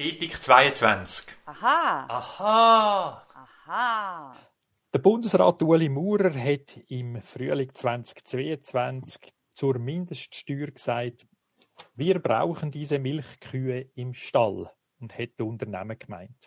Ethik 22. Aha. Aha! Aha. Der Bundesrat Ueli Maurer hat im Frühling 2022 zur Mindeststeuer gesagt, wir brauchen diese Milchkühe im Stall, und hat die Unternehmen gemeint.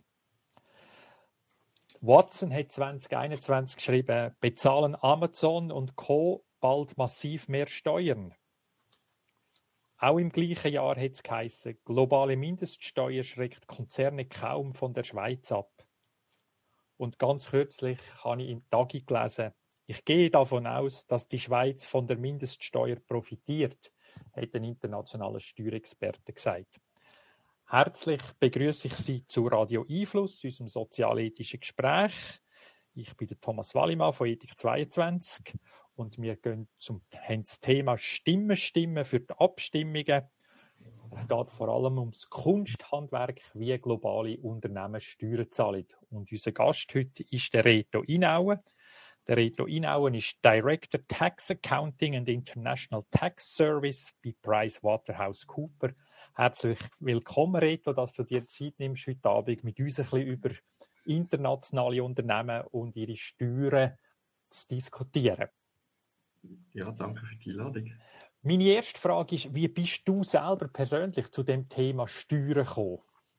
Watson hat 2021 geschrieben, bezahlen Amazon und Co. bald massiv mehr Steuern. Auch im gleichen Jahr hat es geheißen, globale Mindeststeuer schreckt Konzerne kaum von der Schweiz ab. Und ganz kürzlich habe ich im Tagi gelesen, ich gehe davon aus, dass die Schweiz von der Mindeststeuer profitiert, hat ein internationaler Steuerexperte gesagt. Herzlich begrüße ich Sie zu Radio Einfluss, unserem sozialethischen Gespräch. Ich bin der Thomas Wallimann von Ethik 22 und wir gehen haben das Thema Stimmen für die Abstimmungen. Es geht vor allem ums Kunsthandwerk, wie globale Unternehmen Steuern zahlen. Und unser Gast heute ist der Reto Inauen. Der Reto Inauen ist Director Tax Accounting and International Tax Service bei PricewaterhouseCoopers. Herzlich willkommen, Reto, dass du dir Zeit nimmst, heute Abend mit uns ein bisschen über internationale Unternehmen und ihre Steuern zu diskutieren. Ja, danke für die Einladung. Meine erste Frage ist, wie bist du selber persönlich zu dem Thema Steuern gekommen?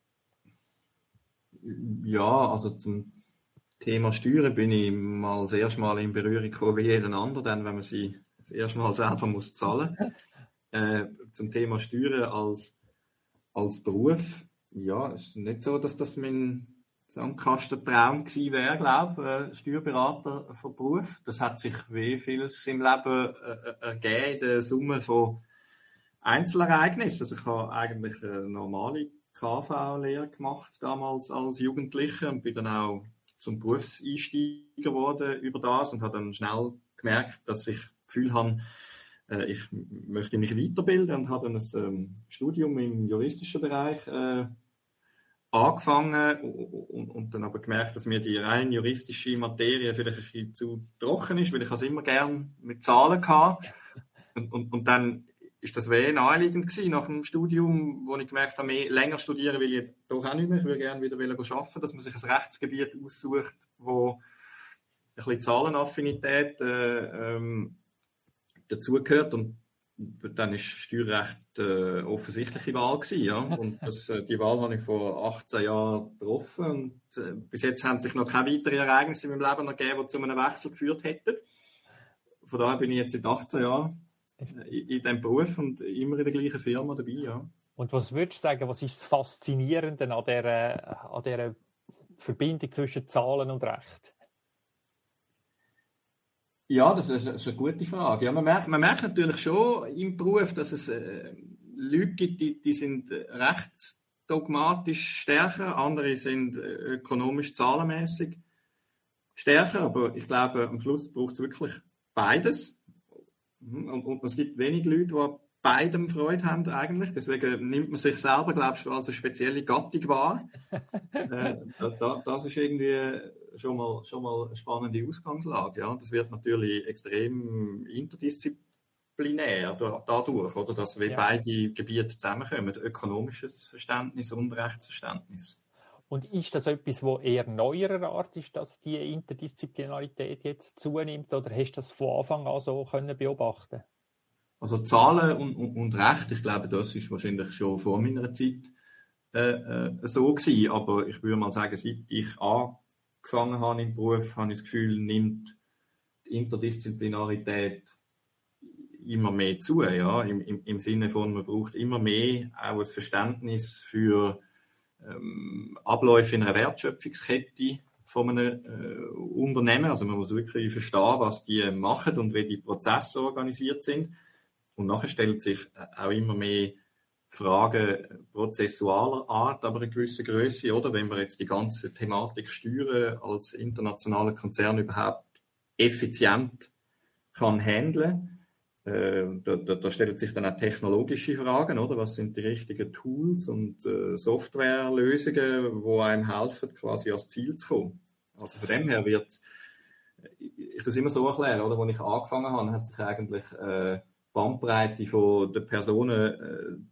Ja, also zum Thema Steuern bin ich mal das erste Mal in Berührung gekommen wie jeden anderen, dann, wenn man sie das erste Mal selber muss zahlen. Zum Thema Steuern als Beruf, ja, es ist nicht so, dass das mein Sandkastentraum gewesen wäre, glaube ich, Steuerberater von Beruf. Das hat sich wie vieles im Leben ergeben in der Summe von Einzelereignissen. Also ich habe eigentlich eine normale KV-Lehre gemacht, damals als Jugendlicher, und bin dann auch zum Berufseinsteiger geworden über das und habe dann schnell gemerkt, dass ich das Gefühl habe, ich möchte mich weiterbilden, und habe dann ein Studium im juristischen Bereich angefangen und dann aber gemerkt, dass mir die rein juristische Materie vielleicht ein bisschen zu trocken ist, weil ich es immer gern mit Zahlen hatte. Und dann ist das naheliegend gewesen nach dem Studium, wo ich gemerkt habe, länger studieren will ich jetzt doch auch nicht mehr. Ich würde gerne wieder arbeiten, dass man sich ein Rechtsgebiet aussucht, wo ein bisschen Zahlenaffinität dazugehört. Und dann ist Steuerrecht offensichtliche Wahl gewesen, ja. Und die Wahl habe ich vor 18 Jahren getroffen. Und bis jetzt haben sich noch keine weiteren Ereignisse in meinem Leben ergeben, die zu einem Wechsel geführt hätten. Von daher bin ich jetzt seit 18 Jahren in diesem Beruf und immer in der gleichen Firma dabei, ja. Und was würdest du sagen, was ist das Faszinierende an dieser Verbindung zwischen Zahlen und Recht? Ja, das ist eine gute Frage. Ja, man merkt natürlich schon im Beruf, dass es Leute gibt, die sind rechtsdogmatisch stärker, andere sind ökonomisch zahlenmäßig stärker, aber ich glaube, am Schluss braucht es wirklich beides. Und es gibt wenig Leute, die an beidem Freude haben eigentlich. Deswegen nimmt man sich selber, glaube ich, als eine spezielle Gattung wahr. Das ist irgendwie schon mal eine spannende Ausgangslage. Ja. Das wird natürlich extrem interdisziplinär dadurch, oder, dass wir beide Gebiete zusammenkommen, ökonomisches Verständnis und Rechtsverständnis. Und ist das etwas, wo eher neuerer Art ist, dass die Interdisziplinarität jetzt zunimmt, oder hast du das von Anfang an so können beobachten? Also Zahlen und Recht, ich glaube, das ist wahrscheinlich schon vor meiner Zeit so gewesen. Aber ich würde mal sagen, seit ich angefangen habe im Beruf, habe ich das Gefühl, nimmt die Interdisziplinarität immer mehr zu. Ja? Im Sinne von, man braucht immer mehr auch ein Verständnis für Abläufe in einer Wertschöpfungskette von einem Unternehmen. Also man muss wirklich verstehen, was die machen und wie die Prozesse organisiert sind. Und nachher stellt sich auch immer mehr Fragen prozessualer Art, aber eine gewisse Größe, oder? Wenn man jetzt die ganze Thematik Steuern als internationaler Konzern überhaupt effizient kann handeln. Da stellen sich dann auch technologische Fragen, oder? Was sind die richtigen Tools und Softwarelösungen, die einem helfen, quasi ans Ziel zu kommen? Also von dem her ich das immer so erklären, oder? Als ich angefangen habe, hat sich eigentlich Bandbreite von den Personen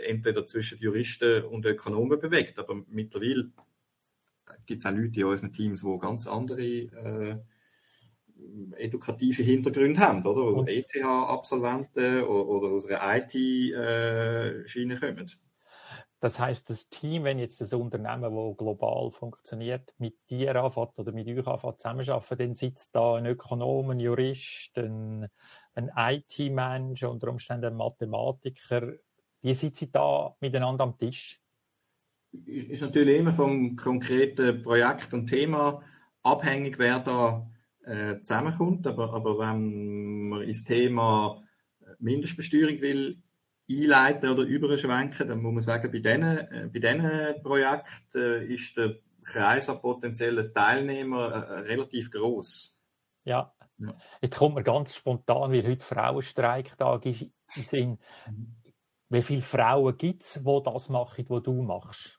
entweder zwischen Juristen und Ökonomen bewegt. Aber mittlerweile gibt es auch Leute in unseren Teams, die ganz andere edukative Hintergründe haben, oder? ETH-Absolventen oder aus einer IT-Schiene kommen. Das heisst, das Team, wenn jetzt das Unternehmen, das global funktioniert, mit dir anfängt oder mit euch anfängt zusammenarbeiten, dann sitzt da ein Ökonom, ein Jurist, ein IT-Mensch, unter Umständen ein Mathematiker. Die sitzen da miteinander am Tisch. Ist natürlich immer vom konkreten Projekt und Thema abhängig, wer da zusammenkommt. Aber wenn man ins Thema Mindestbesteuerung will einleiten oder überschwenken, dann muss man sagen, bei diesen Projekten ist der Kreis an potenziellen Teilnehmern relativ gross. Ja. Jetzt kommt mir ganz spontan, weil heute Frauenstreiktag ist, in den Sinn. Wie viele Frauen gibt es, die das machen, was du machst?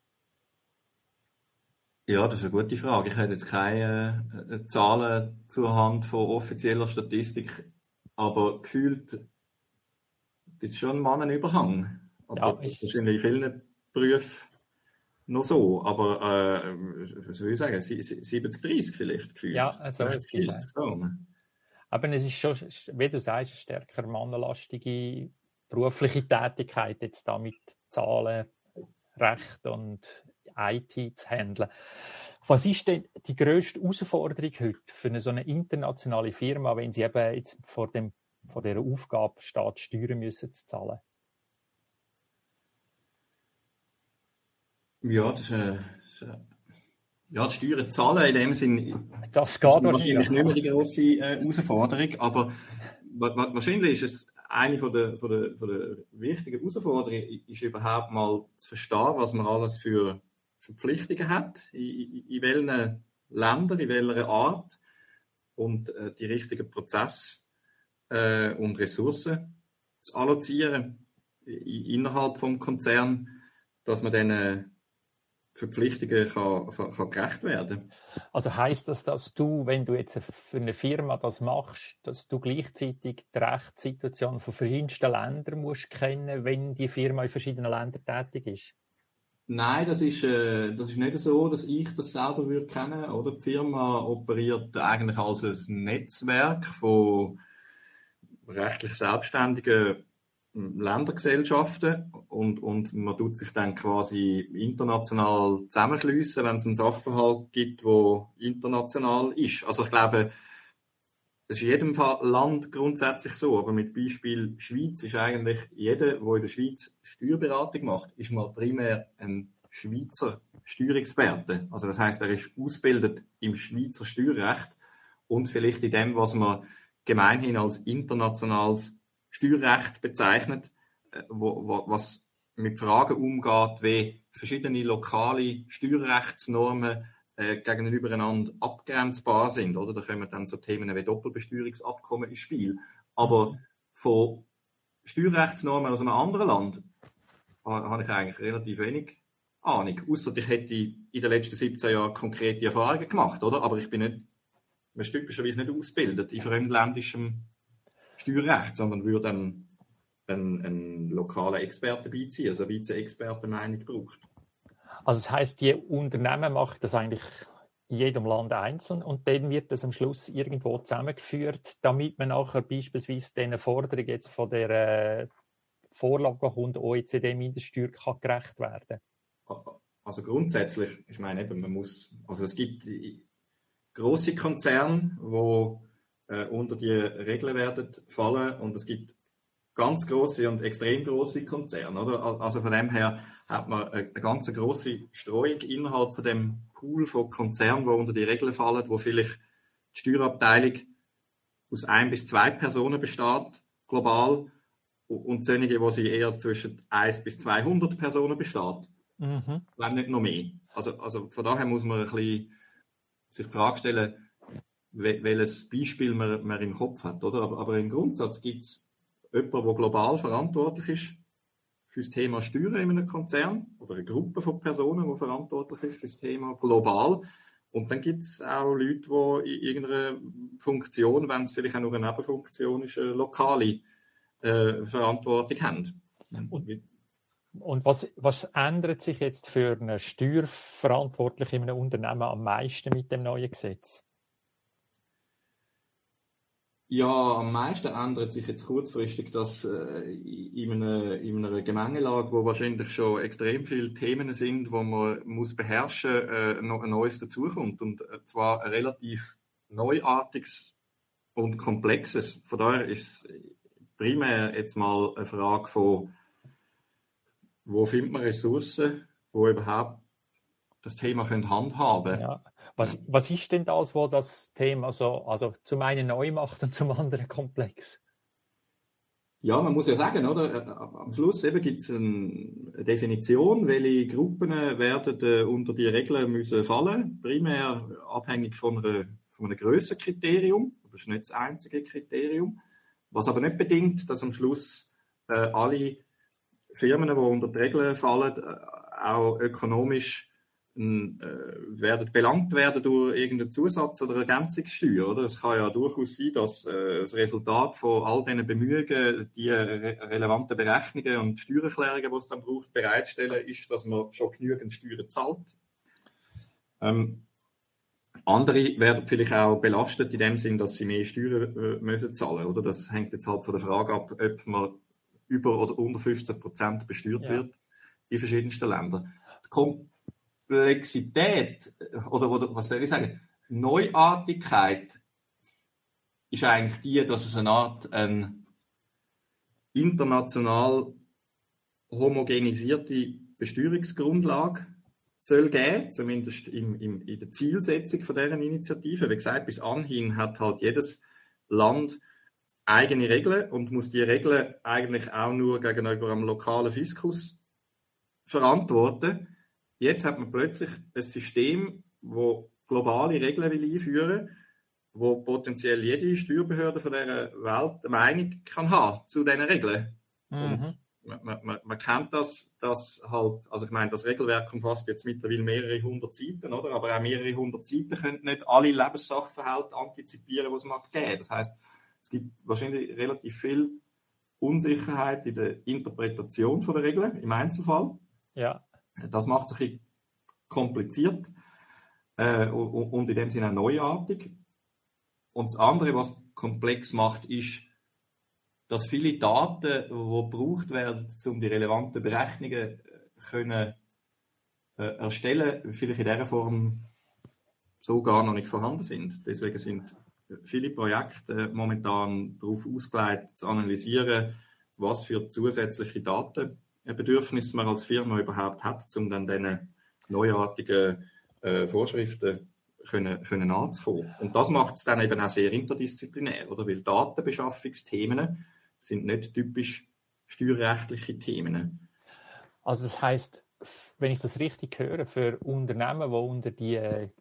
Ja, das ist eine gute Frage. Ich habe jetzt keine Zahlen zur Hand von offizieller Statistik, aber gefühlt gibt es schon einen Mannenüberhang. Aber das ist wahrscheinlich in vielen Berufen noch so. Aber was soll ich sagen, 70-30 vielleicht gefühlt. Ja, also 60-40 so. Aber es ist schon, wie du sagst, eine stärker mannenlastige berufliche Tätigkeit, jetzt da mit Zahlen, Recht und IT zu handeln. Was ist denn die grösste Herausforderung heute für so eine internationale Firma, wenn sie eben jetzt vor dieser Aufgabe steht, Steuern müssen zu zahlen? Ja, die Steuern zahlen in dem Sinn. Das geht wahrscheinlich nicht mehr die grosse Herausforderung, aber wahrscheinlich ist es eine von der wichtigen Herausforderungen, ist überhaupt mal zu verstehen, was man alles für Verpflichtungen hat, in welchen Ländern, in welcher Art und die richtigen Prozesse und Ressourcen zu allozieren innerhalb vom Konzern, dass man diesen Verpflichtungen kann gerecht werden. Also heisst das, dass du, wenn du jetzt für eine Firma das machst, dass du gleichzeitig die Rechtssituation von verschiedensten Ländern musst kennen, wenn die Firma in verschiedenen Ländern tätig ist? Nein, das ist nicht so, dass ich das selber würde kennen. Oder? Die Firma operiert eigentlich als ein Netzwerk von rechtlich selbstständigen Ländergesellschaften und man tut sich dann quasi international zusammenschliessen, wenn es einen Sachverhalt gibt, der international ist. Also ich glaube, das ist in jedem Land grundsätzlich so, aber mit Beispiel Schweiz ist eigentlich jeder, der in der Schweiz Steuerberatung macht, ist mal primär ein Schweizer Steuerexperte. Also das heisst, er ist ausgebildet im Schweizer Steuerrecht und vielleicht in dem, was man gemeinhin als internationales Steuerrecht bezeichnet, was mit Fragen umgeht, wie verschiedene lokale Steuerrechtsnormen gegenübereinander abgrenzbar sind. Oder? Da kommen dann so Themen wie Doppelbesteuerungsabkommen ins Spiel. Aber von Steuerrechtsnormen aus einem anderen Land habe ich eigentlich relativ wenig Ahnung. Ausser ich hätte in den letzten 17 Jahren konkrete Erfahrungen gemacht. Oder? Aber ich bin nicht, man ist typischerweise nicht ausgebildet in fremdländischem Steuerrecht, sondern würde einen lokalen Experten beiziehen, also eine Vize-Expertenmeinung braucht. Also das heisst, die Unternehmen machen das eigentlich in jedem Land einzeln und dann wird das am Schluss irgendwo zusammengeführt, damit man nachher beispielsweise diesen Forderungen jetzt von der Vorlage kommt, OECD-Mindeststeuer kann gerecht werden. Also grundsätzlich, ich meine eben, es gibt grosse Konzerne, die unter die Regeln werden fallen und es gibt ganz grosse und extrem grosse Konzerne, oder? Also von dem her hat man eine ganz grosse Streuung innerhalb von dem Pool von Konzernen, die unter die Regeln fallen, wo vielleicht die Steuerabteilung aus 1 bis 2 Personen besteht, global, und solche, wo sie eher zwischen 1 bis 200 Personen besteht. Wenn nicht noch mehr. Also von daher muss man ein bisschen sich die Frage stellen, welches Beispiel man im Kopf hat, oder? Aber im Grundsatz gibt es jemanden, der global verantwortlich ist für das Thema Steuern in einem Konzern oder eine Gruppe von Personen, die verantwortlich ist für das Thema global. Und dann gibt es auch Leute, die in irgendeiner Funktion, wenn es vielleicht auch nur eine Nebenfunktion ist, eine lokale Verantwortung haben. Und was ändert sich jetzt für einen Steuerverantwortlichen in einem Unternehmen am meisten mit dem neuen Gesetz? Ja, am meisten ändert sich jetzt kurzfristig, dass in einer Gemengelage, wo wahrscheinlich schon extrem viele Themen sind, wo man muss beherrschen, noch ein neues dazukommt. Und zwar ein relativ neuartiges und komplexes. Von daher ist es primär jetzt mal eine Frage von, wo findet man Ressourcen, wo überhaupt das Thema handhaben können. Ja. Was ist denn das, wo das Thema also zum einen neu macht und zum anderen komplex? Ja, man muss ja sagen, oder? Am Schluss eben gibt es eine Definition, welche Gruppen werden unter die Regeln müssen fallen, primär abhängig von einem Grössenkriterium. Das ist nicht das einzige Kriterium. Was aber nicht bedingt, dass am Schluss alle Firmen, die unter die Regeln fallen, auch ökonomisch belangt werden durch irgendeinen Zusatz- oder Ergänzungssteuer. Oder? Es kann ja durchaus sein, dass das Resultat von all diesen Bemühungen, die relevanten Berechnungen und Steuererklärungen, die es dann braucht, bereitstellen, ist, dass man schon genügend Steuern zahlt. Andere werden vielleicht auch belastet in dem Sinn, dass sie mehr Steuern müssen zahlen. Oder? Das hängt jetzt halt von der Frage ab, ob man über oder unter 15% besteuert wird in verschiedensten Ländern. Die Komplexität oder was soll ich sagen, Neuartigkeit ist eigentlich die, dass es eine Art international homogenisierte Besteuerungsgrundlage soll geben, zumindest in der Zielsetzung von dieser Initiative. Wie gesagt, bis anhin hat halt jedes Land eigene Regeln und muss die Regeln eigentlich auch nur gegenüber einem lokalen Fiskus verantworten. Jetzt hat man plötzlich ein System, das globale Regeln einführen will, wo potenziell jede Steuerbehörde von dieser Welt eine Meinung kann haben zu diesen Regeln. Und man kennt das halt, also ich meine, das Regelwerk umfasst jetzt mittlerweile mehrere hundert Seiten, oder? Aber auch mehrere hundert Seiten können nicht alle Lebenssachverhalte antizipieren, die es mag geben. Das heisst, es gibt wahrscheinlich relativ viel Unsicherheit in der Interpretation der Regeln im Einzelfall. Ja. Das macht es ein bisschen kompliziert und in dem Sinne auch neuartig. Und das andere, was komplex macht, ist, dass viele Daten, die gebraucht werden, um die relevanten Berechnungen können, erstellen, vielleicht in dieser Form so gar noch nicht vorhanden sind. Deswegen sind viele Projekte momentan darauf ausgelegt, zu analysieren, was für zusätzliche Datenbedürfnisse man als Firma überhaupt hat, um dann diesen neuartigen Vorschriften können anzukommen. Und das macht es dann eben auch sehr interdisziplinär, oder? Weil Datenbeschaffungsthemen sind nicht typisch steuerrechtliche Themen. Also das heisst, wenn ich das richtig höre, für Unternehmen, die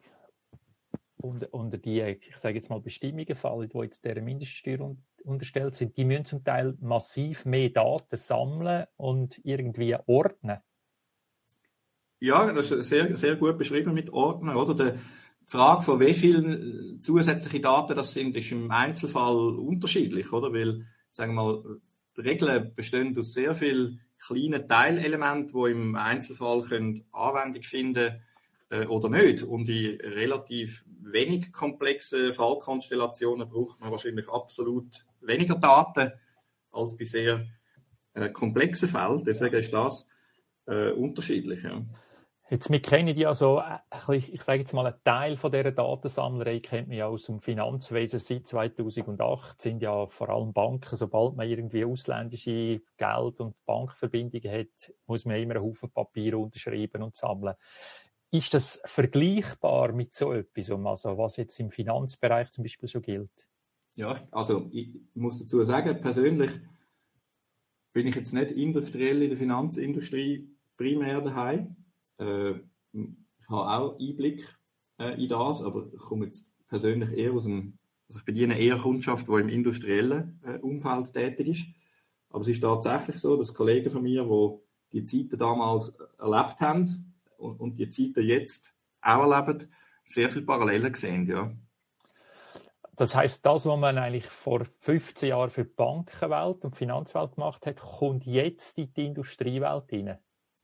unter die, ich sage jetzt mal, Bestimmungen fallen, die jetzt der Mindeststeuer unterstellt sind, die müssen zum Teil massiv mehr Daten sammeln und irgendwie ordnen. Ja, das ist sehr, sehr gut beschrieben mit Ordnen, oder? Die Frage von wie viele zusätzliche Daten das sind, ist im Einzelfall unterschiedlich, oder? Weil, sagen wir mal, die Regeln bestehen aus sehr vielen kleinen Teilelementen, die im Einzelfall Anwendung finden oder nicht. Und in relativ wenig komplexen Fallkonstellationen braucht man wahrscheinlich absolut weniger Daten als bei sehr komplexen Fällen. Deswegen ist das unterschiedlich. Ja. Jetzt, wir kennen ja so, ich sage jetzt mal, einen Teil von dieser Datensammlerei kennt man ja aus dem Finanzwesen seit 2008, sind ja vor allem Banken, sobald man irgendwie ausländische Geld- und Bankverbindungen hat, muss man immer einen Haufen Papier unterschreiben und sammeln. Ist das vergleichbar mit so etwas, also was jetzt im Finanzbereich zum Beispiel schon gilt? Ja, also ich muss dazu sagen, persönlich bin ich jetzt nicht industriell in der Finanzindustrie primär daheim. Ich habe auch Einblick in das, aber ich komme jetzt persönlich eher also ich bediene eher Kundschaft, die im industriellen Umfeld tätig ist. Aber es ist tatsächlich so, dass Kollegen von mir, die die Zeiten damals erlebt haben und die Zeiten jetzt auch erleben, sehr viele Parallelen sehen, ja. Das heisst, das, was man eigentlich vor 15 Jahren für die Bankenwelt und die Finanzwelt gemacht hat, kommt jetzt in die Industriewelt hinein.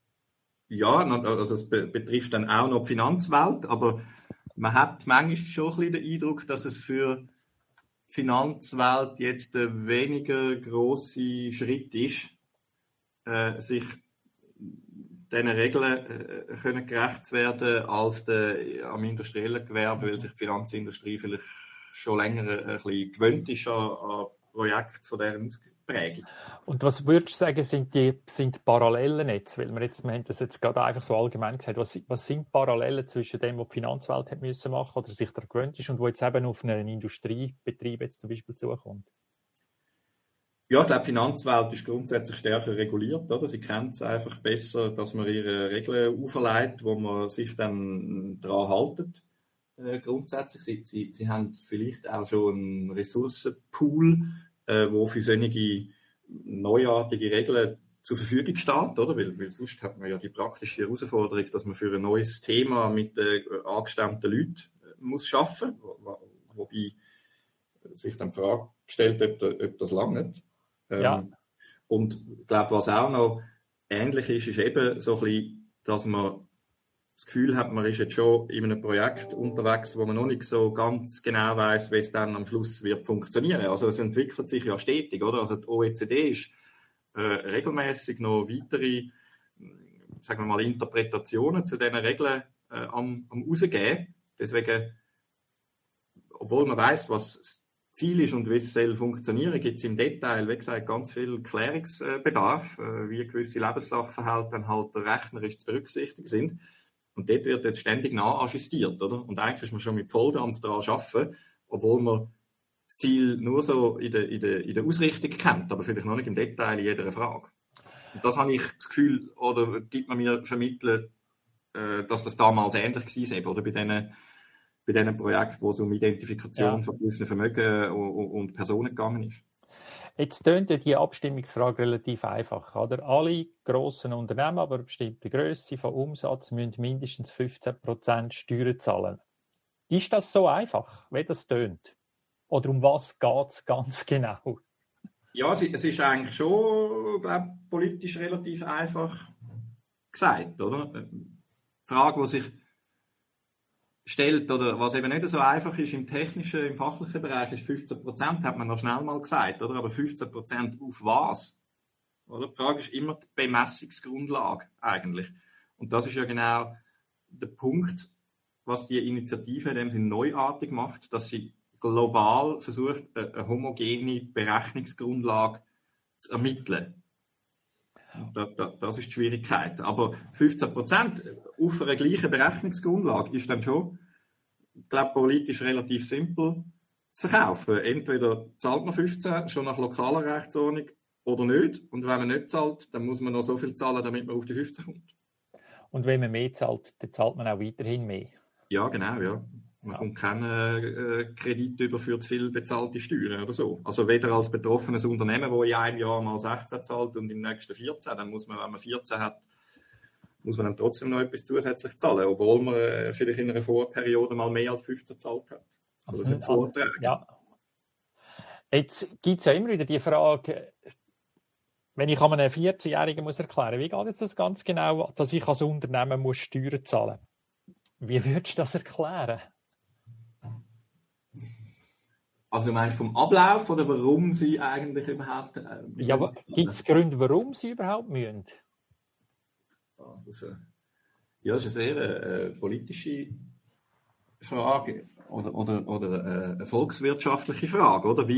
Ja, also es betrifft dann auch noch die Finanzwelt, aber man hat manchmal schon ein bisschen den Eindruck, dass es für die Finanzwelt jetzt ein weniger grosser Schritt ist, sich diesen Regeln können gerecht zu werden als am industriellen Gewerbe, weil sich die Finanzindustrie vielleicht schon länger ein bisschen gewöhnt ist an Projekte von dieser Ausprägung. Und was würdest du sagen, sind Parallelen jetzt? Weil wir haben das jetzt gerade einfach so allgemein gesagt. Was sind Parallelen zwischen dem, was die Finanzwelt hat müssen machen oder sich daran gewöhnt ist und wo jetzt eben auf einen Industriebetrieb jetzt zum Beispiel zukommt? Ja, ich glaube, die Finanzwelt ist grundsätzlich stärker reguliert, oder? Sie kennt es einfach besser, dass man ihre Regeln auferlegt, wo man sich dann daran haltet. Grundsätzlich. Sie haben vielleicht auch schon einen Ressourcenpool, wo für solche neuartige Regeln zur Verfügung steht, oder? Weil sonst hat man ja die praktische Herausforderung, dass man für ein neues Thema mit angestammten Leuten muss arbeiten muss, wobei sich dann die Frage stellt, ob das langt. Ja. Und ich glaube, was auch noch ähnlich ist eben so ein bisschen, dass man das Gefühl hat, man ist jetzt schon in einem Projekt unterwegs, wo man noch nicht so ganz genau weiß, wie es dann am Schluss wird funktionieren. Also es entwickelt sich ja stetig, oder? Also die OECD ist regelmäßig noch weitere, sagen wir mal, Interpretationen zu diesen Regeln am rausgeben. Deswegen, obwohl man weiß, was das Ziel ist und wie es soll funktionieren, gibt es im Detail, wie gesagt, ganz viel Klärungsbedarf, wie gewisse Lebenssachverhalte dann halt rechnerisch zu berücksichtigen sind. Und dort wird jetzt ständig nachajustiert, oder? Und eigentlich ist man schon mit Volldampf daran arbeiten, obwohl man das Ziel nur so in der Ausrichtung kennt, aber vielleicht noch nicht im Detail in jeder Frage. Und das habe ich das Gefühl, oder gibt man mir vermittelt, dass das damals ähnlich gewesen ist, oder? Bei diesen Projekten, wo es um Identifikation von gewissen Vermögen und Personen gegangen ist. Jetzt tönt die Abstimmungsfrage relativ einfach. Oder? Alle grossen Unternehmen, aber eine bestimmte Grösse von Umsatz, müssen mindestens 15% Steuern zahlen. Ist das so einfach, wie das tönt? Oder um was geht es ganz genau? Ja, es ist eigentlich schon, glaube ich, politisch relativ einfach gesagt, oder? Die Frage, die sich stellt, oder was eben nicht so einfach ist im technischen, im fachlichen Bereich, ist 15%, hat man noch schnell mal gesagt, oder? Aber 15% auf was? Oder? Die Frage ist immer die Bemessungsgrundlage eigentlich. Und das ist ja genau der Punkt, was die Initiative in dem Sinne neuartig macht, dass sie global versucht, eine homogene Berechnungsgrundlage zu ermitteln. Das ist die Schwierigkeit. Aber 15% auf einer gleichen Berechnungsgrundlage ist dann schon, ich glaube, politisch relativ simpel zu verkaufen. Entweder zahlt man 15 schon nach lokaler Rechtsordnung oder nicht. Und wenn man nicht zahlt, dann muss man noch so viel zahlen, damit man auf die 15 kommt. Und wenn man mehr zahlt, dann zahlt man auch weiterhin mehr. Ja, genau, ja. Man kommt keinen Kredit über für zu viel bezahlte Steuern oder so. Also weder als betroffenes Unternehmen, das in einem Jahr mal 16 zahlt und im nächsten 14, dann muss man, wenn man 14 hat, muss man dann trotzdem noch etwas zusätzlich zahlen, obwohl man vielleicht in einer Vorperiode mal mehr als 15 gezahlt hat. Also das hat Vorträge. Ja. Jetzt gibt es ja immer wieder die Frage, wenn ich einem 14-Jährigen erklären muss, wie geht jetzt das ganz genau, dass ich als Unternehmen muss Steuern zahlen muss? Wie würdest du das erklären? Also du meinst vom Ablauf oder warum sie eigentlich überhaupt... Ja, aber gibt es Gründe, warum sie überhaupt müssen? Das ist eine sehr politische Frage oder eine volkswirtschaftliche Frage, oder?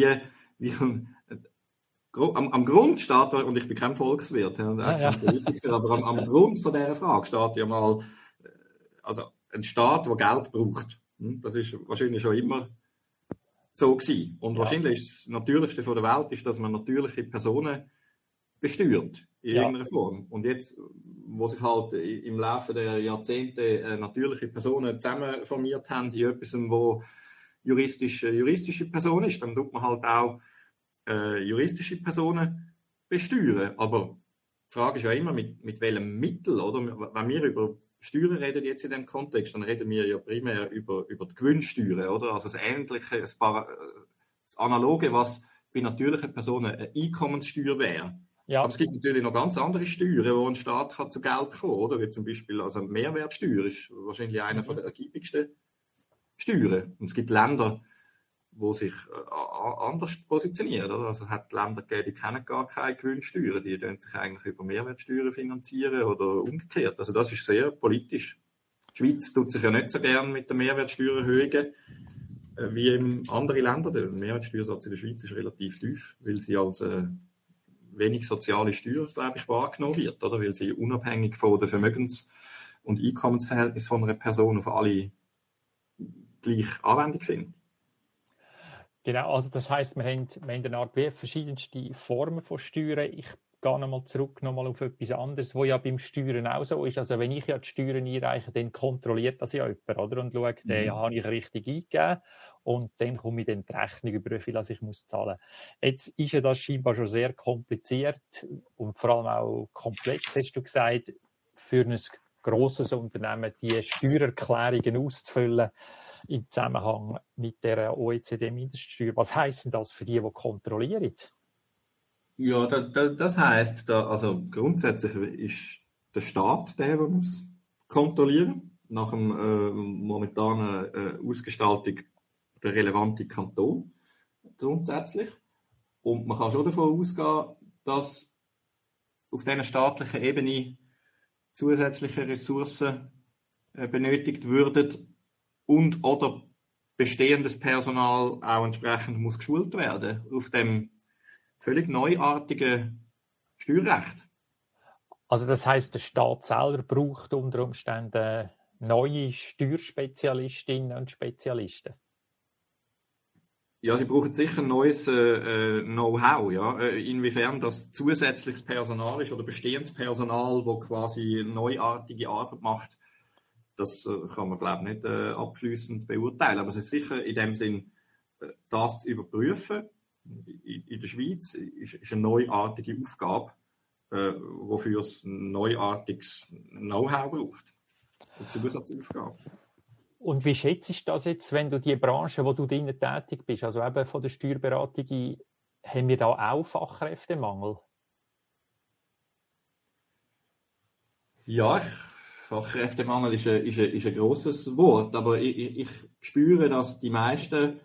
Am Grund steht, und ich bin kein Volkswirt, kein Politiker, aber am Grund von dieser Frage steht ja mal, also ein Staat, der Geld braucht. Das ist wahrscheinlich schon immer so gewesen. Und wahrscheinlich ist das Natürlichste von der Welt, ist, dass man natürliche Personen besteuert in irgendeiner Form. Und jetzt, wo sich halt im Laufe der Jahrzehnte natürliche Personen zusammenformiert haben in etwas, wo juristische Person ist, dann tut man halt auch juristische Personen besteuern. Aber die Frage ist ja immer, mit welchem Mittel, oder? Wenn wir über Steuern reden jetzt in dem Kontext, dann reden wir ja primär über die Gewinnsteuern, oder? Also das Ähnliche, das Analoge, was bei natürlichen Personen eine Einkommenssteuer wäre. Ja. Aber es gibt natürlich noch ganz andere Steuern, wo ein Staat kann zu Geld kommen, oder? Wie zum Beispiel, also Mehrwertsteuer ist wahrscheinlich einer der ergiebigsten Steuern. Und es gibt Länder, die sich anders positionieren, oder? Also es hat Länder gegeben, die kennen gar keine Gewinnsteuern, die sich eigentlich über Mehrwertsteuern finanzieren oder umgekehrt. Also das ist sehr politisch. Die Schweiz tut sich ja nicht so gern mit der Mehrwertsteuererhöhungen wie in anderen Ländern. Der Mehrwertsteuersatz in der Schweiz ist relativ tief, weil sie als wenig soziale Steuer, glaube ich, wahrgenommen wird, oder? Weil sie unabhängig von den Vermögens- und Einkommensverhältnissen von einer Person auf alle gleich Anwendung findet. Genau, also das heisst, wir haben eine Art wie verschiedenste Formen von Steuern. Ich gehe nochmal zurück auf etwas anderes, was ja beim Steuern auch so ist. Also wenn ich ja die Steuern einreiche, dann kontrolliert das ja jemand, oder? Und schaut, den habe ich richtig eingegeben und dann komme ich dann die Rechnung über, wie viel ich muss zahlen. Jetzt ist ja das scheinbar schon sehr kompliziert und vor allem auch komplex, hast du gesagt, für ein grosses Unternehmen die Steuererklärungen auszufüllen im Zusammenhang mit der OECD-Mindeststeuer. Was heisst denn das für die kontrollieren? Ja, das heisst, also grundsätzlich ist der Staat der muss kontrollieren, nach dem momentanen Ausgestaltung der relevante Kanton grundsätzlich. Und man kann schon davon ausgehen, dass auf dieser staatlichen Ebene zusätzliche Ressourcen benötigt würden und oder bestehendes Personal auch entsprechend muss geschult werden auf dem völlig neuartigen Steuerrecht. Also das heisst, der Staat selber braucht unter Umständen neue Steuerspezialistinnen und Spezialisten. Ja, sie brauchen sicher neues Know-how. Ja? Inwiefern das zusätzliches Personal ist oder bestehendes Personal, das quasi neuartige Arbeit macht, das kann man, glaube ich, nicht abschliessend beurteilen. Aber es ist sicher in dem Sinn, das zu überprüfen, in der Schweiz ist eine neuartige Aufgabe, wofür es ein neuartiges Know-how braucht. Eine Zusatzaufgabe. Und wie schätzt du das jetzt, wenn du die Branche, wo du drinnen tätig bist, also eben von der Steuerberatung, haben wir da auch Fachkräftemangel? Ja, Fachkräftemangel ist ein grosses Wort, aber ich spüre, dass die meisten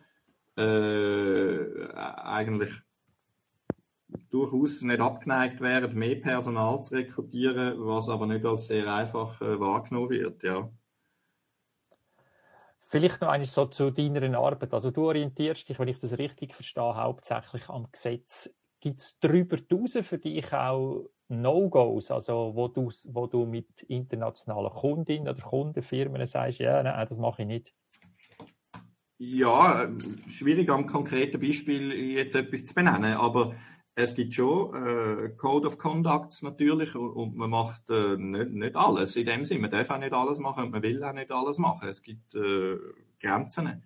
eigentlich durchaus nicht abgeneigt wären, mehr Personal zu rekrutieren, was aber nicht als sehr einfach wahrgenommen wird, ja. Vielleicht noch einmal so zu deiner Arbeit. Also du orientierst dich, wenn ich das richtig verstehe, hauptsächlich am Gesetz. Gibt es darüber hinaus für dich auch No-Gos, also wo du mit internationalen Kundinnen oder Kundenfirmen sagst, ja, nein, das mache ich nicht? Ja, schwierig am konkreten Beispiel jetzt etwas zu benennen, aber es gibt schon Code of Conducts natürlich und man macht nicht alles in dem Sinne. Man darf auch nicht alles machen und man will auch nicht alles machen. Es gibt Grenzen.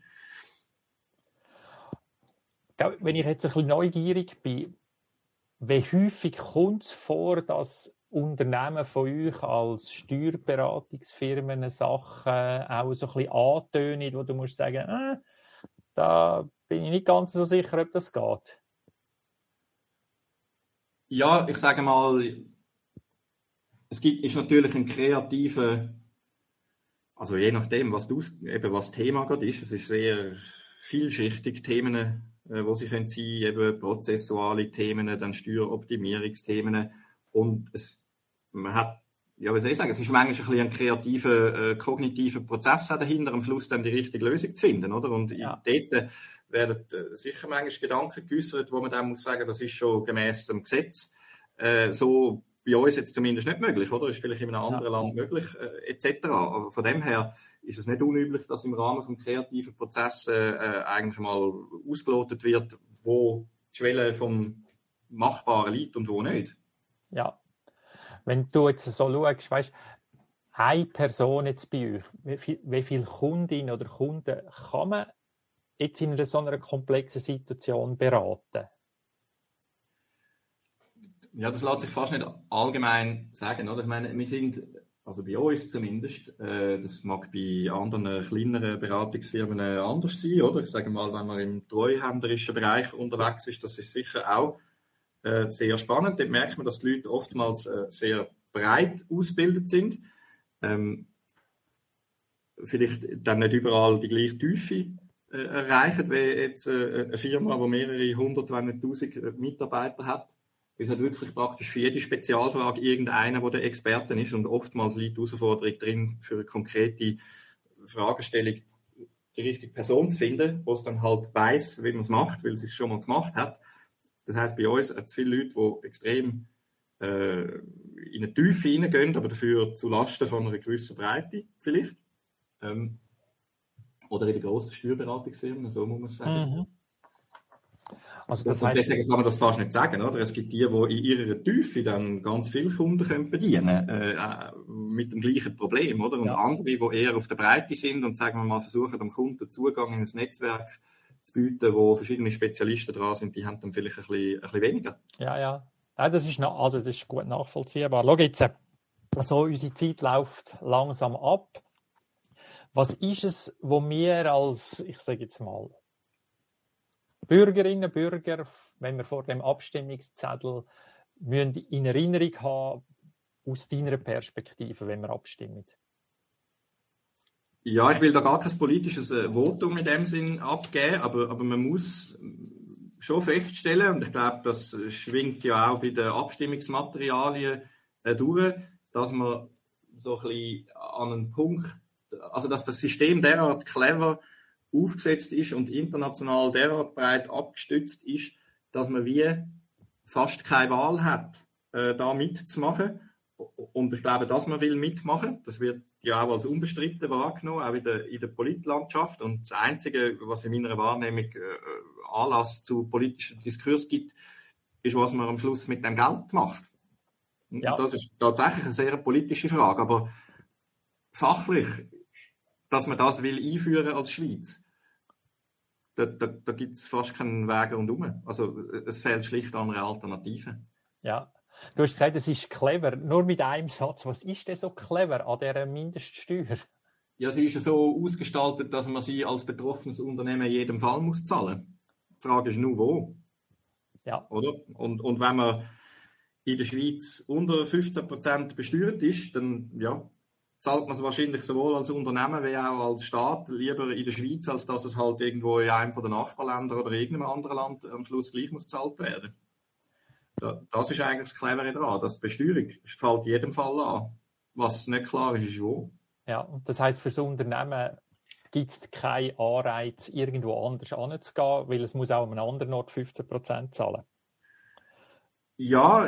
Wenn ich jetzt ein bisschen neugierig bin, wie häufig kommt es vor, dass Unternehmen von euch als Steuerberatungsfirmen Sachen auch so ein bisschen antönen, wo du musst sagen, da bin ich nicht ganz so sicher, ob das geht? Ja, ich sage mal, ist natürlich ein kreativer, also je nachdem, was Thema gerade ist, es ist sehr vielschichtig, Themen, wo sie können sein, eben prozessuale Themen, dann Steueroptimierungsthemen und man hat, ja, wie soll ich sagen, es ist manchmal ein bisschen ein kreativer, kognitiver Prozess dahinter, am Schluss dann die richtige Lösung zu finden, oder? Und ja. Dort werden sicher manchmal Gedanken geäußert, wo man dann muss sagen, das ist schon gemäss dem Gesetz so bei uns jetzt zumindest nicht möglich, oder? Ist vielleicht in einem anderen Land möglich, etc. Aber von dem her ist es nicht unüblich, dass im Rahmen des kreativen Prozesses eigentlich mal ausgelotet wird, wo die Schwelle vom Machbaren liegt und wo nicht. Ja. Wenn du jetzt so schaust, weißt, eine Person jetzt bei euch, wie viele Kundinnen oder Kunden kann man jetzt in so einer komplexen Situation beraten? Ja, das lässt sich fast nicht allgemein sagen, oder? Ich meine, wir sind Also bei uns zumindest. Das mag bei anderen kleineren Beratungsfirmen anders sein, oder? Ich sage mal, wenn man im treuhänderischen Bereich unterwegs ist, das ist sicher auch sehr spannend. Dort merkt man, dass die Leute oftmals sehr breit ausgebildet sind. Vielleicht dann nicht überall die gleiche Tiefe erreichen, wie jetzt eine Firma, die mehrere hundert, wenn nicht tausend Mitarbeiter hat. Es hat wirklich praktisch für jede Spezialfrage irgendeiner, der der Experte ist, und oftmals liegt die Herausforderung drin, für eine konkrete Fragestellung die richtige Person zu finden, die es dann halt weiss, wie man es macht, weil sie es schon mal gemacht hat. Das heisst, bei uns hat es viele Leute, die extrem in eine Tiefe hineingehen, aber dafür zu Lasten von einer gewissen Breite vielleicht. Oder in den grossen Steuerberatungsfirmen, so muss man sagen. Mhm. Also das heisst, deswegen kann man das fast nicht sagen, oder? Es gibt die in ihrer Tiefe dann ganz viele Kunden können bedienen mit dem gleichen Problem, oder? Und andere, die eher auf der Breite sind und, sagen wir mal, versuchen, dem Kunden Zugang in ein Netzwerk zu bieten, wo verschiedene Spezialisten dran sind, die haben dann vielleicht ein bisschen weniger. Ja, das ist gut nachvollziehbar. Schau jetzt, so unsere Zeit läuft langsam ab. Was ist es, wo wir als, ich sage jetzt mal, Bürgerinnen und Bürger, wenn wir vor dem Abstimmungszettel müssen in Erinnerung haben, aus deiner Perspektive, wenn wir abstimmen? Ja, ich will da gar kein politisches Votum in dem Sinn abgeben, aber man muss schon feststellen, und ich glaube, das schwingt ja auch bei den Abstimmungsmaterialien durch, dass man so ein bisschen an einen Punkt, also dass das System derart clever aufgesetzt ist und international derart breit abgestützt ist, dass man wie fast keine Wahl hat, da mitzumachen. Und ich glaube, dass man will mitmachen, das wird ja auch als unbestritten wahrgenommen, auch in der Politlandschaft. Und das Einzige, was in meiner Wahrnehmung Anlass zu politischen Diskurs gibt, ist, was man am Schluss mit dem Geld macht. Ja. Und das ist tatsächlich eine sehr politische Frage. Aber fachlich, dass man das will einführen als Schweiz, da gibt es fast keinen Weg rundherum. Also es fehlt schlicht an einer Alternative. Ja. Du hast gesagt, es ist clever. Nur mit einem Satz. Was ist denn so clever an dieser Mindeststeuer? Ja, sie ist ja so ausgestaltet, dass man sie als betroffenes Unternehmen in jedem Fall muss zahlen. Die Frage ist nur, wo. Ja. Oder? Und wenn man in der Schweiz unter 15% besteuert ist, dann zahlt man es wahrscheinlich sowohl als Unternehmen wie auch als Staat lieber in der Schweiz, als dass es halt irgendwo in einem der Nachbarländer oder irgendeinem anderen Land am Schluss gleich muss gezahlt werden. Das ist eigentlich das Clevere daran, dass die Besteuerung fällt in jedem Fall an. Was nicht klar ist, ist wo. Ja, und das heisst, für das Unternehmen gibt es keinen Anreiz, irgendwo anders hinzugehen, weil es muss auch an einem anderen Ort 15% zahlen. Ja,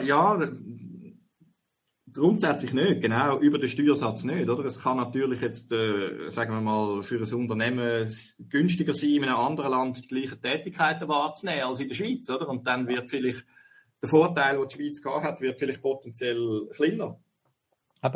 grundsätzlich nicht, genau, über den Steuersatz nicht, oder? Es kann natürlich jetzt, sagen wir mal, für ein Unternehmen günstiger sein, in einem anderen Land die gleichen Tätigkeiten wahrzunehmen als in der Schweiz, oder? Und dann wird vielleicht der Vorteil, den die Schweiz gehabt hat, wird vielleicht potenziell kleiner. Aber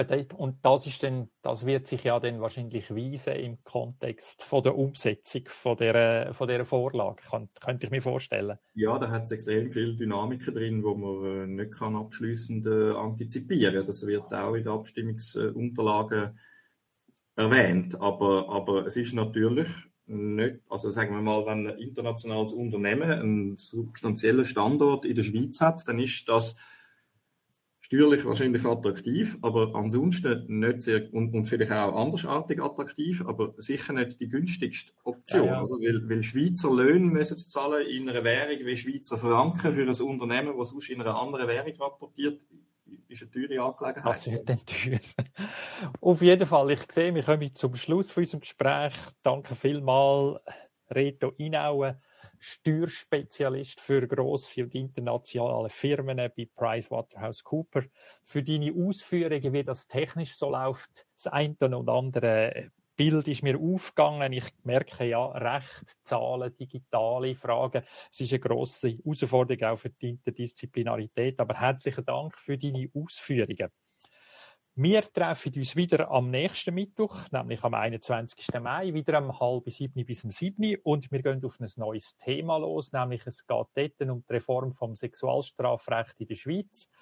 das wird sich ja dann wahrscheinlich weisen im Kontext von der Umsetzung von dieser Vorlage, könnte ich mir vorstellen. Ja, da hat es extrem viele Dynamiken drin, die man nicht abschliessend antizipieren kann. Das wird auch in den Abstimmungsunterlagen erwähnt. Aber es ist natürlich nicht, also sagen wir mal, wenn ein internationales Unternehmen einen substanziellen Standort in der Schweiz hat, dann ist das steuerlich wahrscheinlich attraktiv, aber ansonsten nicht sehr, und vielleicht auch andersartig attraktiv, aber sicher nicht die günstigste Option. Ja. Oder? Weil Schweizer Löhne müssen zahlen in einer Währung wie Schweizer Franken für ein Unternehmen, das sonst in einer anderen Währung rapportiert, ist eine teure Angelegenheit. Das wird dann teuer. Auf jeden Fall, ich sehe, wir kommen zum Schluss von unserem Gespräch. Danke vielmals, Reto Inauen, Steuerspezialist für grosse und internationale Firmen bei PricewaterhouseCoopers, für deine Ausführungen, wie das technisch so läuft. Das eine und andere Bild ist mir aufgegangen. Ich merke ja, Recht, Zahlen, digitale Fragen. Es ist eine grosse Herausforderung auch für die Interdisziplinarität. Aber herzlichen Dank für deine Ausführungen. Wir treffen uns wieder am nächsten Mittwoch, nämlich am 21. Mai, wieder um 6:30 bis 7 und wir gehen auf ein neues Thema los, nämlich es geht dort um die Reform vom Sexualstrafrecht in der Schweiz.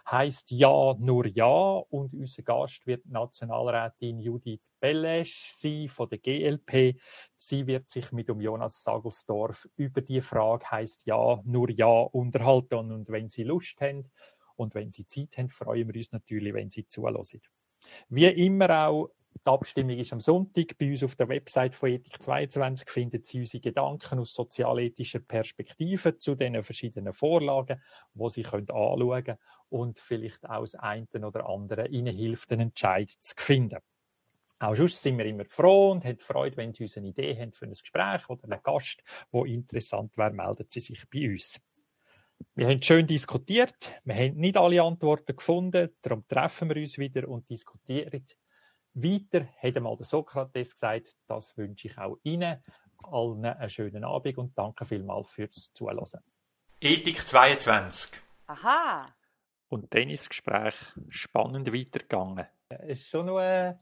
heisst Ja, nur Ja. Und unser Gast wird Nationalrätin Judith Belesch sein von der GLP. Sie wird sich mit dem Jonas Sagelsdorf über die Frage heisst Ja, nur Ja unterhalten. Und wenn Sie Lust haben und wenn Sie Zeit haben, freuen wir uns natürlich, wenn Sie zuhören. Wie immer auch, die Abstimmung ist am Sonntag. Bei uns auf der Website von Ethik22 finden Sie unsere Gedanken aus sozialethischer Perspektive zu den verschiedenen Vorlagen, die Sie anschauen können und vielleicht auch das eine oder andere Ihnen hilft, einen Entscheid zu finden. Auch sonst sind wir immer froh und haben Freude, wenn Sie uns eine Idee haben für ein Gespräch oder einen Gast, der interessant wäre, melden Sie sich bei uns. Wir haben schön diskutiert, wir haben nicht alle Antworten gefunden, darum treffen wir uns wieder und diskutieren weiter. Hat einmal der Sokrates gesagt, das wünsche ich auch Ihnen allen einen schönen Abend und danke vielmals fürs Zuhören. Ethik 22. Aha. Und dann ist das Gespräch spannend weitergegangen. Es ist schon noch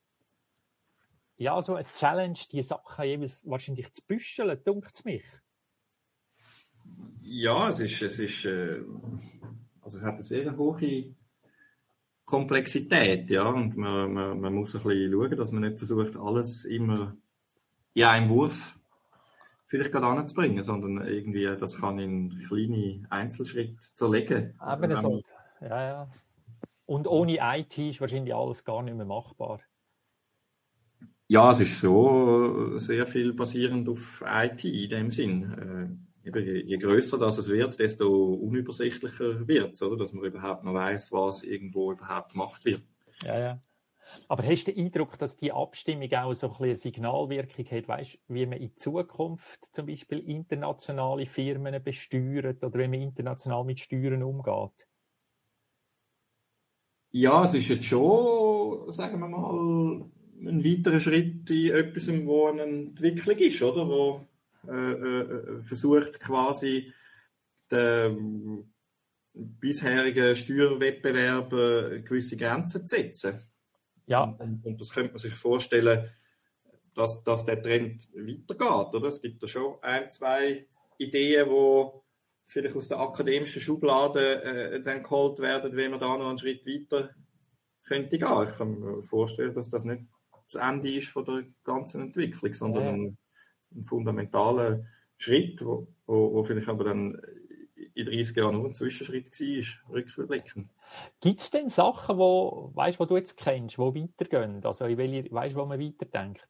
so eine Challenge, die Sachen jeweils wahrscheinlich zu büscheln, dunkt es mich. Ja, es hat eine sehr hohe Komplexität, ja, und man muss ein bisschen schauen, dass man nicht versucht, alles immer in einem Wurf vielleicht gerade anzubringen, sondern irgendwie das kann in kleine Einzelschritte zerlegen. Eben so. Ja. Und ohne IT ist wahrscheinlich alles gar nicht mehr machbar. Ja, es ist so sehr viel basierend auf IT in dem Sinn. Je grösser das es wird, desto unübersichtlicher wird es, oder? Dass man überhaupt noch weiss, was irgendwo überhaupt gemacht wird. Ja. Aber hast du den Eindruck, dass die Abstimmung auch so ein bisschen eine Signalwirkung hat, weißt, wie man in Zukunft zum Beispiel internationale Firmen besteuert oder wie man international mit Steuern umgeht? Ja, es ist jetzt schon, sagen wir mal, ein weiterer Schritt in etwas, wo eine Entwicklung ist, oder? Wo versucht quasi den bisherigen Steuerwettbewerben gewisse Grenzen zu setzen. Ja. Und das könnte man sich vorstellen, dass der Trend weitergeht, oder? Es gibt da schon ein, zwei Ideen, die vielleicht aus der akademischen Schublade dann geholt werden, wenn man da noch einen Schritt weiter könnte gehen. Ich kann mir vorstellen, dass das nicht das Ende ist von der ganzen Entwicklung, sondern ein fundamentaler Schritt, wo vielleicht aber dann in 30 Jahren nur ein Zwischenschritt war, rückblickend. Gibt es denn Sachen, wo du jetzt kennst, die weitergehen? Also in welche, wo man weiterdenkt?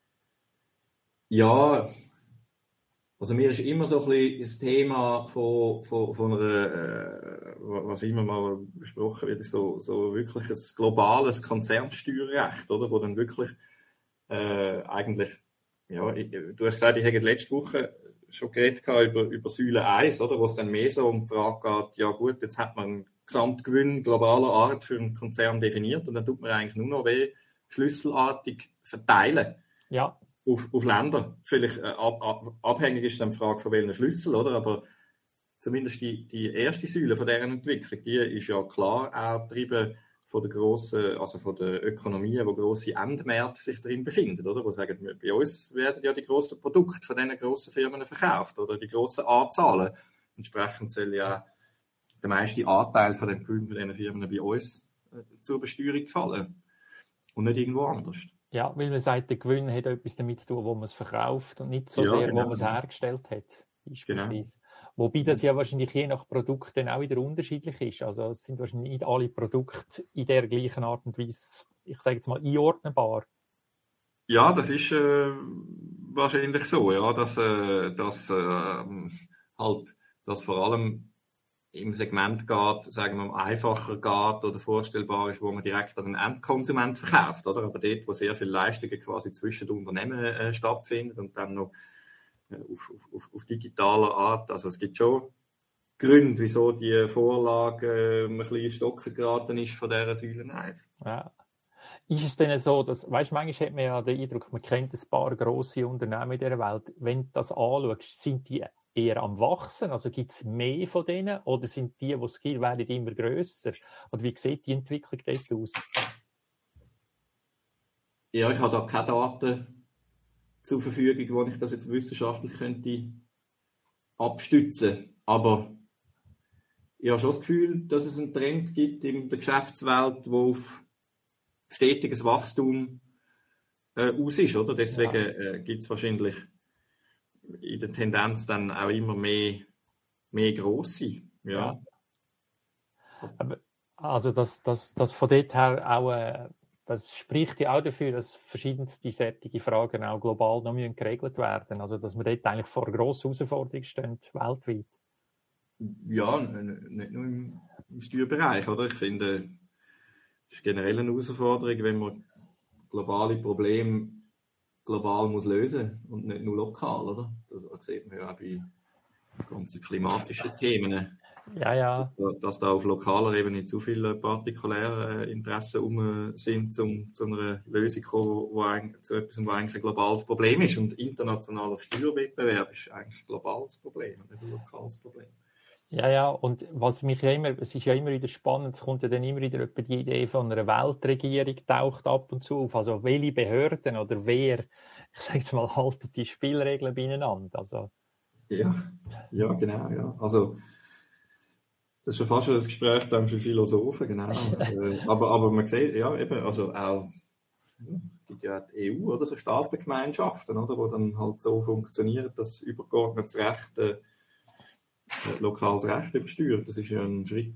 Ja, also mir ist immer so ein bisschen das Thema von einer, was immer mal besprochen wird, so wirklich ein globales Konzernsteuerrecht, oder? Wo dann wirklich eigentlich, ja, du hast gesagt, ich hätte letzte Woche schon geredet über Säule 1, oder? Wo es dann mehr so um die Frage geht, ja gut, jetzt hat man einen Gesamtgewinn globaler Art für einen Konzern definiert und dann tut man eigentlich nur noch schlüsselartig verteilen. Ja. Auf Länder. Vielleicht abhängig ist dann die Frage von welchen Schlüssel, oder? Aber zumindest die erste Säule von deren Entwicklung, die ist ja klar auch getrieben von der grossen, also von der Ökonomie, wo grosse Endmärkte sich drin befinden, oder? Wo sagen, bei uns werden ja die grossen Produkte von diesen grossen Firmen verkauft, oder? Die grossen Anzahlen. Entsprechend soll ja der meiste Anteil von den Gewinn von diesen Firmen bei uns zur Besteuerung fallen. Und nicht irgendwo anders. Ja, weil man sagt, der Gewinn hat etwas damit zu tun, wo man es verkauft und nicht so sehr, genau, wo man es hergestellt hat. Beispielsweise. Genau. Wobei das ja wahrscheinlich je nach Produkt dann auch wieder unterschiedlich ist. Also es sind wahrscheinlich nicht alle Produkte in der gleichen Art und Weise, ich sage jetzt mal, einordnbar. Ja, das ist wahrscheinlich so, ja, dass vor allem im Segment geht, sagen wir mal, einfacher geht oder vorstellbar ist, wo man direkt an den Endkonsument verkauft, oder? Aber dort, wo sehr viele Leistungen quasi zwischen den Unternehmen stattfinden und dann noch auf digitaler Art. Also es gibt schon Gründe, wieso die Vorlage ein bisschen in Stocken geraten ist von dieser Säule 1. Ja. Ist es denn so, dass, weißt du, manchmal hat man ja den Eindruck, man kennt ein paar grosse Unternehmen in dieser Welt. Wenn du das anschaust, sind die eher am Wachsen? Also gibt es mehr von denen? Oder sind die es gibt, werden immer grösser? Oder wie sieht die Entwicklung dort aus? Ja, ich habe da keine Daten zur Verfügung, wo ich das jetzt wissenschaftlich könnte abstützen. Aber ich habe schon das Gefühl, dass es einen Trend gibt in der Geschäftswelt, der auf stetiges Wachstum aus ist, oder? Deswegen gibt es wahrscheinlich in der Tendenz dann auch immer mehr grosse. Ja. Also das von dort her auch, das spricht ja auch dafür, dass verschiedenste solche Fragen auch global noch geregelt werden. Also dass wir dort eigentlich vor grossen Herausforderungen stehen, weltweit. Ja, nicht nur im Steuerbereich, oder? Ich finde, es ist generell eine Herausforderung, wenn man globale Probleme global muss lösen und nicht nur lokal, oder? Das sieht man ja auch bei ganzen klimatischen Themen. Ja. Dass da auf lokaler Ebene zu viele partikuläre Interessen sind, um zu einer Lösung zu kommen, zu etwas, was eigentlich ein globales Problem ist. Und internationaler Steuerwettbewerb ist eigentlich ein globales Problem, nicht ein lokales Problem. Ja, und was mich ja immer, es ist ja immer wieder spannend, es kommt ja dann immer wieder die Idee von einer Weltregierung, taucht ab und zu auf. Also welche Behörden oder wer, ich sage jetzt mal, halten die Spielregeln beieinander. Also. Ja, genau, ja. Also, das ist schon fast schon ein Gespräch dann für Philosophen, genau. aber man sieht, ja, eben, also auch, es gibt ja die EU, oder so Staatengemeinschaften, oder, wo dann halt so funktioniert, dass übergeordnetes Recht lokales Recht übersteuert. Das ist ja ein Schritt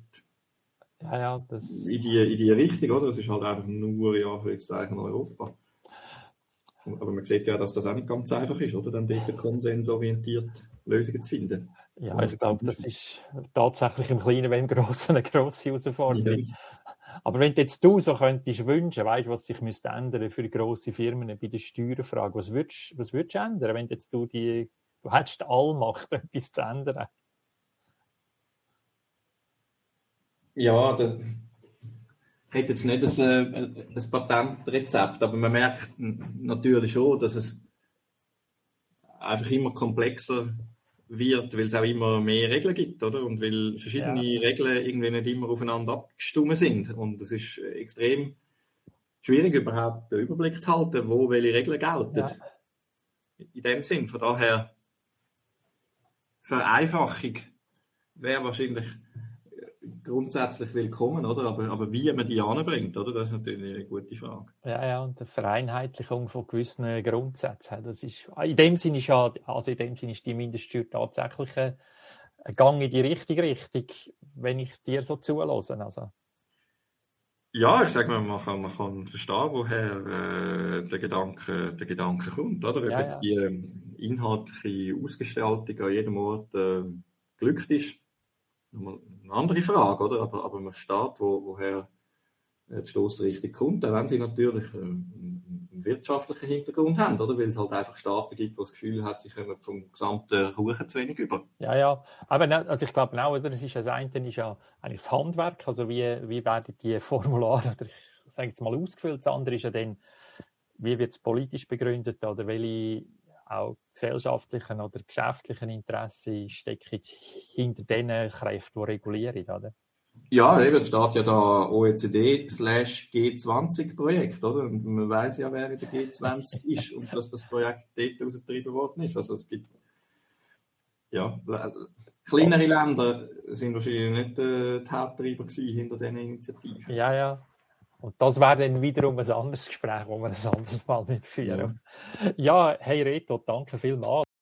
in die Richtung, oder? Das ist halt einfach nur, ja, Anführungszeichen, Europa. Aber man sieht ja, dass das auch nicht ganz einfach ist, oder? Dann dort konsensorientiert Lösungen zu finden. Ja, ich glaube, das ist tatsächlich im Kleinen wie im Grossen eine grosse Herausforderung. Ja. Aber wenn jetzt du so könntest wünschen, weißt du, was sich müsste ändern für grosse Firmen bei der Steuerfrage, was würdest du ändern, wenn jetzt du hättest die Allmacht, etwas zu ändern? Ja, das hat jetzt nicht ein Patentrezept, aber man merkt natürlich schon, dass es einfach immer komplexer wird, weil es auch immer mehr Regeln gibt, oder? Und weil verschiedene Regeln irgendwie nicht immer aufeinander abgestimmt sind. Und es ist extrem schwierig, überhaupt den Überblick zu halten, wo welche Regeln gelten. Ja. In dem Sinn. Von daher, Vereinfachung wäre wahrscheinlich grundsätzlich willkommen, oder? Aber wie man die anbringt, oder? Das ist natürlich eine gute Frage. Ja, und die Vereinheitlichung von gewissen Grundsätzen. Das ist, in dem Sinne ist die Mindeststeuer tatsächlich ein Gang in die richtige Richtung, wenn ich dir so zulasse. Also. Ja, ich sage mal, man kann verstehen, woher der Gedanke kommt, oder? Ob jetzt die inhaltliche Ausgestaltung an jedem Ort glückt ist, nochmal eine andere Frage, oder? Aber man versteht, woher die Stossrichtung kommt, auch wenn sie natürlich einen wirtschaftlichen Hintergrund haben, oder? Weil es halt einfach Staaten gibt, die das Gefühl haben, sie kommen vom gesamten Kuchen zu wenig über. Ja. Aber also ich glaube auch, oder? Das eine ist ja eigentlich das Handwerk, also wie werden die Formulare, oder ich sage jetzt mal ausgefüllt, das andere ist ja dann, wie wird es politisch begründet, oder welche auch gesellschaftlichen oder geschäftlichen Interessen stecken hinter den Kräften, die regulieren, oder? Ja, eben, es steht ja da OECD/G20-Projekt, oder? Und man weiß ja, wer in der G20 ist und dass das Projekt dort ausgetrieben worden ist. Also es gibt, ja, kleinere Länder sind wahrscheinlich nicht die Haupttreiber hinter diesen Initiativen. Ja. Und das wäre dann wiederum ein anderes Gespräch, das wir ein anderes Mal mitführen. Ja, hey Reto, danke vielmals.